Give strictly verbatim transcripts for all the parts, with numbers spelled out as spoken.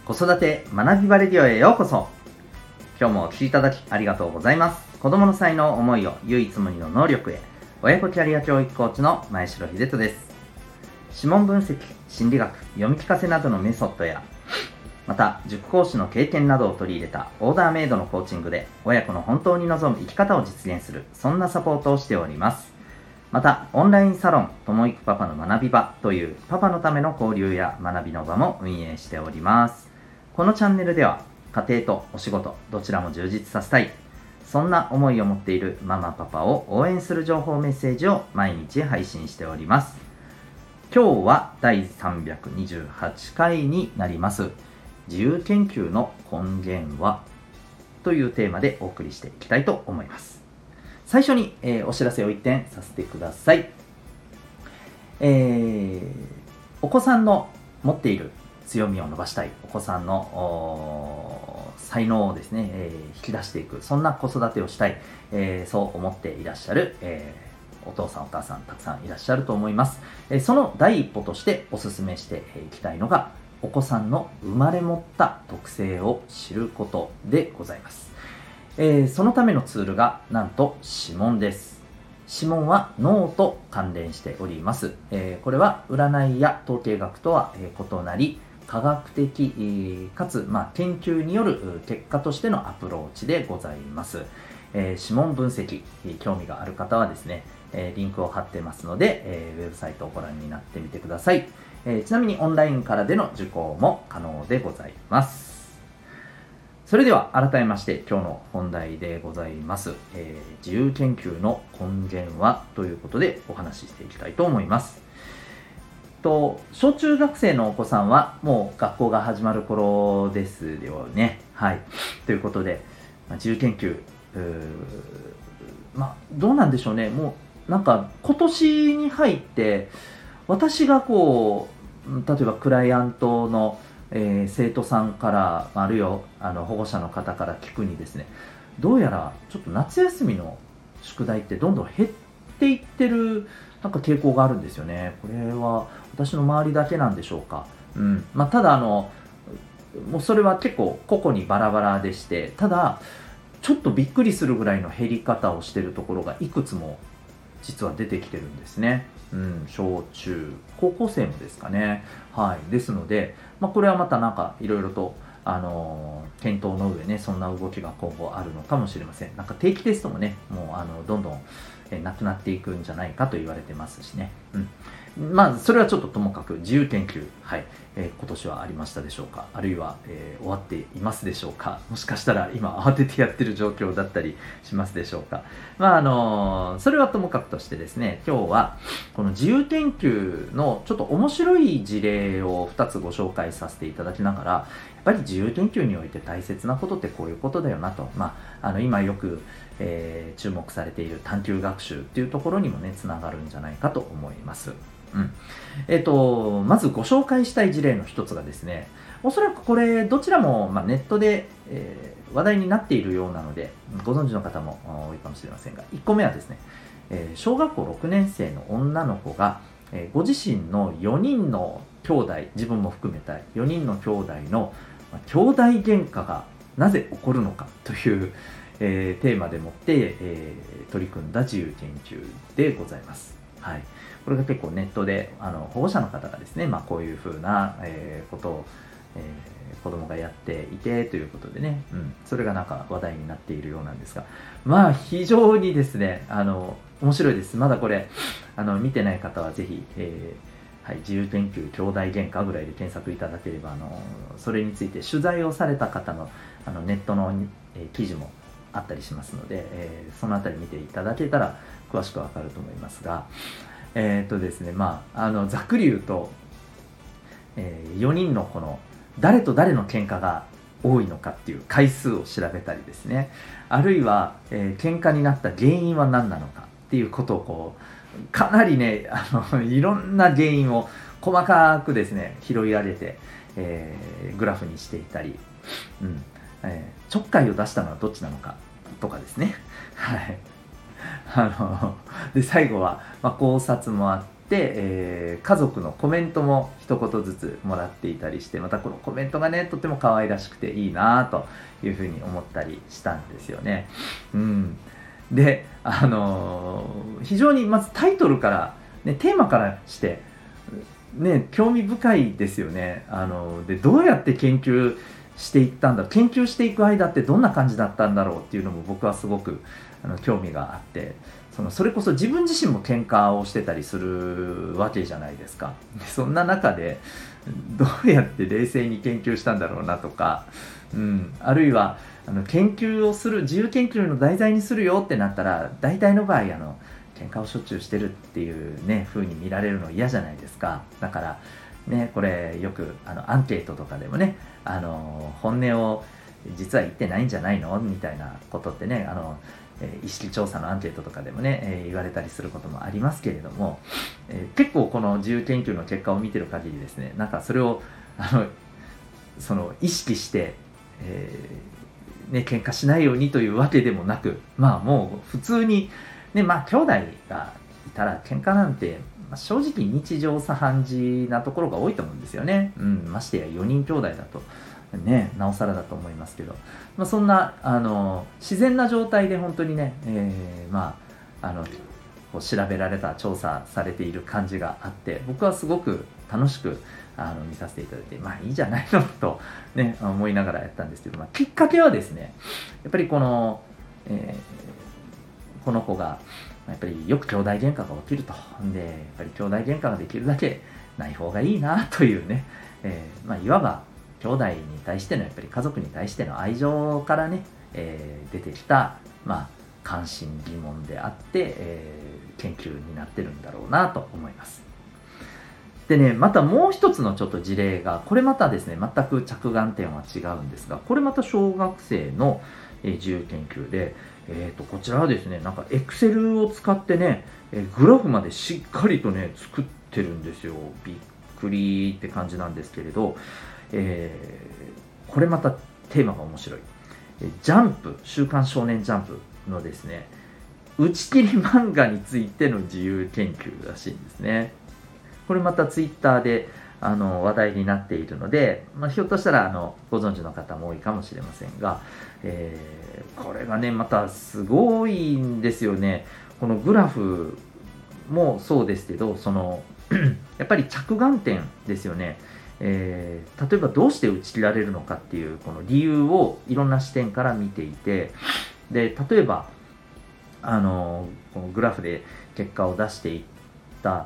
子育て学びバレディオへようこそ。今日もお聞きいただきありがとうございます。子供の才能、思いを唯一無二の能力へ、親子キャリア教育コーチの前城秀人です。指紋分析、心理学、読み聞かせなどのメソッドや、また塾講師の経験などを取り入れたオーダーメイドのコーチングで親子の本当に望む生き方を実現する、そんなサポートをしております。またオンラインサロンともいくパパの学び場というパパのための交流や学びの場も運営しております。このチャンネルでは家庭とお仕事どちらも充実させたい、そんな思いを持っているママパパを応援する情報メッセージを毎日配信しております。今日はだいさんびゃくにじゅうはちかいになります。自由研究の根源はというテーマでお送りしていきたいと思います。最初に、えー、お知らせを一点させてください。えー、お子さんの持っている強みを伸ばしたい、お子さんの才能をですね、えー、引き出していく、そんな子育てをしたい、えー、そう思っていらっしゃる、えー、お父さんお母さんたくさんいらっしゃると思います。えー、その第一歩としてお勧めしていきたいのが、お子さんの生まれ持った特性を知ることでございます。えー、そのためのツールがなんと指紋です。指紋は脳と関連しております。えー、これは占いや統計学とは異なり、科学的かつ、まあ、研究による結果としてのアプローチでございます。えー、指紋分析、興味がある方はですね、えー、リンクを貼ってますので、えー、ウェブサイトをご覧になってみてください。えー、ちなみにオンラインからでの受講も可能でございます。それでは改めまして今日の本題でございます。えー、自由研究の根源はということでお話ししていきたいと思います。と小中学生のお子さんはもう学校が始まる頃ですよね。はい。ということで、まあ、自由研究、まあどうなんでしょうね。もうなんか今年に入って私がこう例えばクライアントの、えー、生徒さんからあるいはあの保護者の方から聞くにですね、どうやらちょっと夏休みの宿題ってどんどん減っていってるなんか傾向があるんですよね。これは私の周りだけなんでしょうか。うん。まあ、ただあの、もうそれは結構個々にバラバラでして、ただ、ちょっとびっくりするぐらいの減り方をしているところがいくつも実は出てきてるんですね。うん、小中、高校生もですかね。はい。ですので、まあ、これはまたなんかいろいろと、あのー、検討の上ね、そんな動きが今後あるのかもしれません。なんか定期テストもね、もうあの、どんどん、えなくなっていくんじゃないかと言われてますしね。うん。まあ、それはちょっとともかく自由研究、はい、えー、今年はありましたでしょうか。あるいは、えー、終わっていますでしょうか。もしかしたら今慌ててやってる状況だったりしますでしょうか。まあ、あのー、それはともかくとしてですね、今日はこの自由研究のちょっと面白い事例をふたつご紹介させていただきながら、やっぱり自由研究において大切なことってこういうことだよなと、まあ、あの今よく、えー、注目されている探究学習っていうところにもね、つながるんじゃないかと思います。うん。えっと、まずご紹介したい事例の一つがですね、おそらくこれどちらも、まあ、ネットで、えー、話題になっているようなので、ご存知の方も多いかもしれませんが、いっこめはですね、えー、小学校ろくねん生の女の子が、えー、ご自身のよにんの兄弟、自分も含めたよにんの兄弟の、まあ、兄弟喧嘩がなぜ起こるのかという、えー、テーマでもって、えー、取り組んだ自由研究でございます。はい。これが結構ネットであの保護者の方がですね、まあ、こういうふうな、えー、ことを、えー、子供がやっていてということでね、うん、それがなんか話題になっているようなんですが、まあ非常にですね、あの面白いです。まだこれあの見てない方はぜひ、えーはい、自由研究兄弟喧嘩ぐらいで検索いただければ、あのそれについて取材をされた方の、あのネットの、えー、記事もあったりしますので、えー、そのあたり見ていただけたら詳しくわかると思いますが、えー、っとですね、まあ、あのざっくり言うと、えー、よにんのこの誰と誰の喧嘩が多いのかっていう回数を調べたりですね、あるいは、えー、喧嘩になった原因は何なのかっていうことをこうかなりね、あのいろんな原因を細かくですね拾い上げて、えー、グラフにしていたり、うんえー、ちょっかいを出したのはどっちなのかとかですね。はい。あので最後は、まあ、考察もあっで、えー家族のコメントも一言ずつもらっていたりして、またこのコメントがねとても可愛らしくていいなというふうに思ったりしたんですよね。うん、で、あのー非常にまずタイトルから、ね、テーマからしてね、興味深いですよね。あのでどうやって研究していったんだ、研究していく間ってどんな感じだったんだろうっていうのも僕はすごくあの興味があって、そのそれこそ自分自身も喧嘩をしてたりするわけじゃないですか。でそんな中でどうやって冷静に研究したんだろうなとか、うん、あるいはあの研究をする、自由研究の題材にするよってなったら大体の場合あの喧嘩をしょっちゅうしてるっていうね風に見られるの嫌じゃないですか。だからね、これよくあのアンケートとかでもね、あの本音を実は言ってないんじゃないのみたいなことってね、あのえー意識調査のアンケートとかでもね、えー言われたりすることもありますけれども、えー結構この自由研究の結果を見てる限りですね、なんかそれをあのその意識して、えーね、喧嘩しないようにというわけでもなく、まあもう普通にね、まあ兄弟がいたら喧嘩なんて、まあ、正直日常茶飯事なところが多いと思うんですよね。うん、ましてやよにん兄弟だとね、なおさらだと思いますけど、まあ、そんなあの自然な状態で本当にね、えーまああのこう調べられた、調査されている感じがあって、僕はすごく楽しくあの見させていただいて、まあいいじゃないのと、ね、思いながらやったんですけど、まあ、きっかけはですね、やっぱりこの、えーこの子がやっぱりよく兄弟喧嘩が起きると。で、やっぱり兄弟喧嘩ができるだけない方がいいなというね、えーまあ、いわば兄弟に対しての、やっぱり家族に対しての愛情からね、えー出てきた、まあ、関心疑問であって、えー研究になってるんだろうなと思います。でね、またもう一つのちょっと事例が、これまたですね、全く着眼点は違うんですが、これまた小学生のえー自由研究で、えーと、こちらはですね、なんか Excel を使ってね、えーグラフまでしっかりとね、作ってるんですよ。びっくりって感じなんですけれど、えーこれまたテーマが面白い。えージャンプ、週刊少年ジャンプのですね、打ち切り漫画についての自由研究らしいんですね。これまたツイッターであの話題になっているので、まあ、ひょっとしたらあのご存知の方も多いかもしれませんが、えーこれがねまたすごいんですよね。このグラフもそうですけど、そのやっぱり着眼点ですよね。えー例えばどうして打ち切られるのかっていうこの理由をいろんな視点から見ていて、で例えばあのこのグラフで結果を出していった、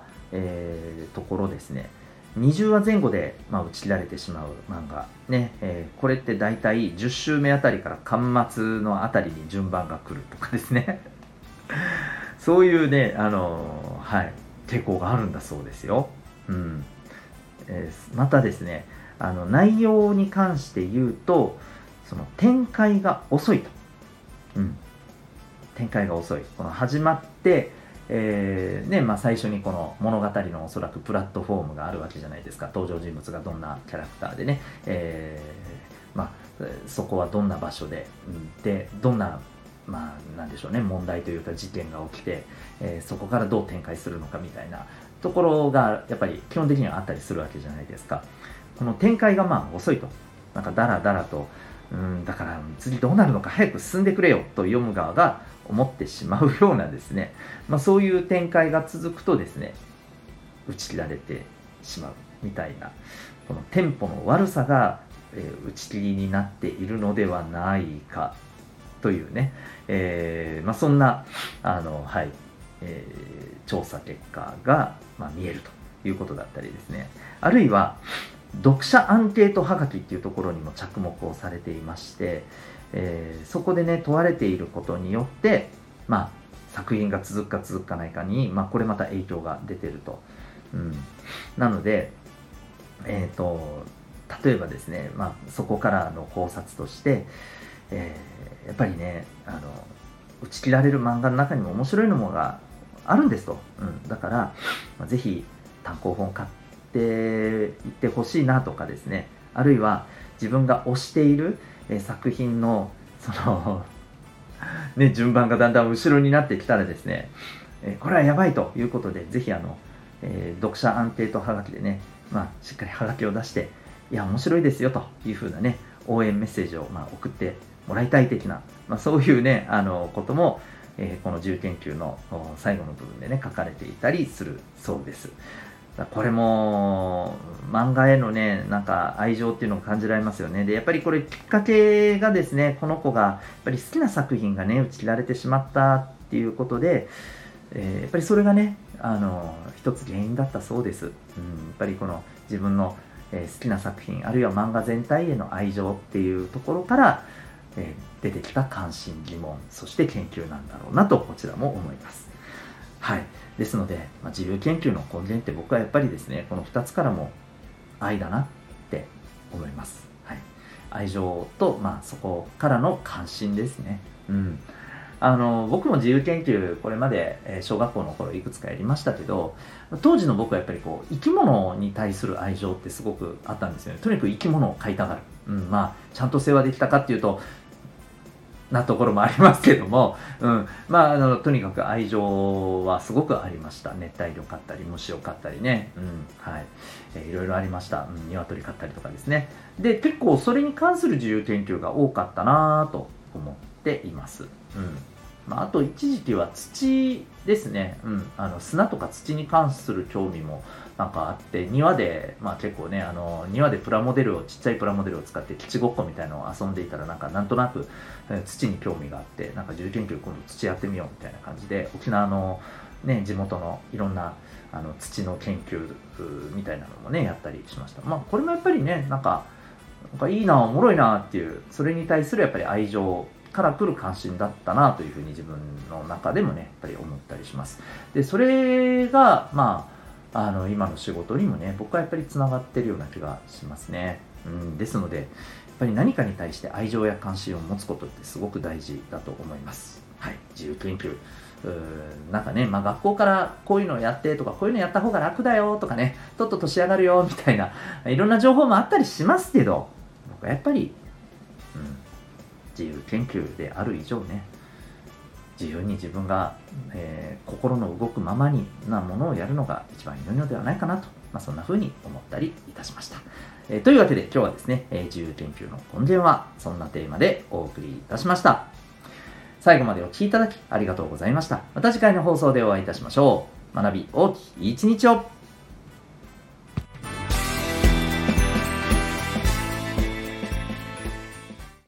えーところですね、にじゅうわぜん後で、まあ、打ち切られてしまう漫画、ねえーこれって大体じゅっ週目あたりから巻末のあたりに順番が来るとかですねそういうね、あのーはい、傾向があるんだそうですよ。うんえーまたですね、あの内容に関して言うと、その展開が遅いと。うん展開が遅い。この始まって、えーねまあ、最初にこの物語のおそらくプラットフォームがあるわけじゃないですか。登場人物がどんなキャラクターでね、えーまあ、そこはどんな場所で、うんでどんな、まあ、なんでしょうね、問題というか事件が起きて、えーそこからどう展開するのかみたいなところがやっぱり基本的にはあったりするわけじゃないですか。この展開がまあ遅いと、なんかダラダラと、うんだから次どうなるのか早く進んでくれよと読む側が思ってしまうようなですね、まあ、そういう展開が続くとですね、打ち切られてしまうみたいな、このテンポの悪さが、えー打ち切りになっているのではないかというね、えーまあ、そんなあの、はいえー調査結果が、まあ、見えるということだったりですね、あるいは読者アンケートはがきっていうところにも着目をされていまして、えーそこでね問われていることによって、まあ、作品が続くか続かないかに、まあ、これまた影響が出てると、うん、なので、えーと例えばですね、まあ、そこからの考察として、えーやっぱりねあの打ち切られる漫画の中にも面白いのもがあるんですと、うん、だから、まあ、ぜひ単行本買っていってほしいなとかですね、あるいは自分が推している、えー作品のそのね、順番がだんだん後ろになってきたらですね、えーこれはやばいということで、ぜひあのえー読者アンケートはがきでね、まあ、しっかりはがきを出して、いや面白いですよというふうなね応援メッセージをまあ送ってもらいたい的な、まあ、そういうねあのことも、えーこの自由研究のお最後の部分でね書かれていたりするそうです。だこれも漫画へのねなんか愛情っていうのを感じられますよね。でやっぱりこれきっかけがですね、この子がやっぱり好きな作品がね打ち切られてしまったっていうことで、えーやっぱりそれがねあの一つ原因だったそうです。うん、やっぱりこの自分の、えー好きな作品あるいは漫画全体への愛情っていうところから、えー出てきた関心疑問そして研究なんだろうなとこちらも思います。はい、ですので、まあ、自由研究の根源って僕はやっぱりですねこのふたつからも愛だなって思います。はい、愛情と、まあ、そこからの関心ですね。うん、あの僕も自由研究これまでえー小学校の頃いくつかやりましたけど、当時の僕はやっぱりこう生き物に対する愛情ってすごくあったんですよね。とにかく生き物を飼いたがる、うん、まあちゃんと世話できたかっていうとなところもありますけども、うん、まああのとにかく愛情はすごくありました。熱帯魚飼ったり虫を飼ったりね、うん、はい、えーいろいろありました。うん、鶏飼ったりとかですね。で結構それに関する自由研究が多かったなぁと思っています。うん、まあ、あと一時期は土ですね、うん、あの砂とか土に関する興味もなんかあって、庭で、まあ、結構ねあの庭でプラモデルをちっちゃいプラモデルを使って土ごっこみたいなのを遊んでいたらなんかなんとなく、えー土に興味があって、なんか自由研究今度土やってみようみたいな感じで沖縄の、ね、地元のいろんなあの土の研究みたいなのもねやったりしました。まあこれもやっぱりねなんかなんかいいなおもろいなっていうそれに対するやっぱり愛情から来る関心だったなというふうに自分の中でもねやっぱり思ったりします。でそれがまああの今の仕事にもね僕はやっぱりつながってるような気がしますね。うん、ですのでやっぱり何かに対して愛情や関心を持つことってすごく大事だと思います。はい、自由研究うーなんかね、まあ、学校からこういうのをやってとかこういうのやった方が楽だよとかねとっとと仕上がるよみたいないろんな情報もあったりしますけど、僕はやっぱり、うん、自由研究である以上ね自由に自分が、えー心の動くままになものをやるのが一番良いのではないかなと、まあ、そんな風に思ったりいたしました。えーというわけで今日はですね、えー自由研究の根源はそんなテーマでお送りいたしました。最後までお聞きいただきありがとうございました。また次回の放送でお会いいたしましょう。学び大きい一日を。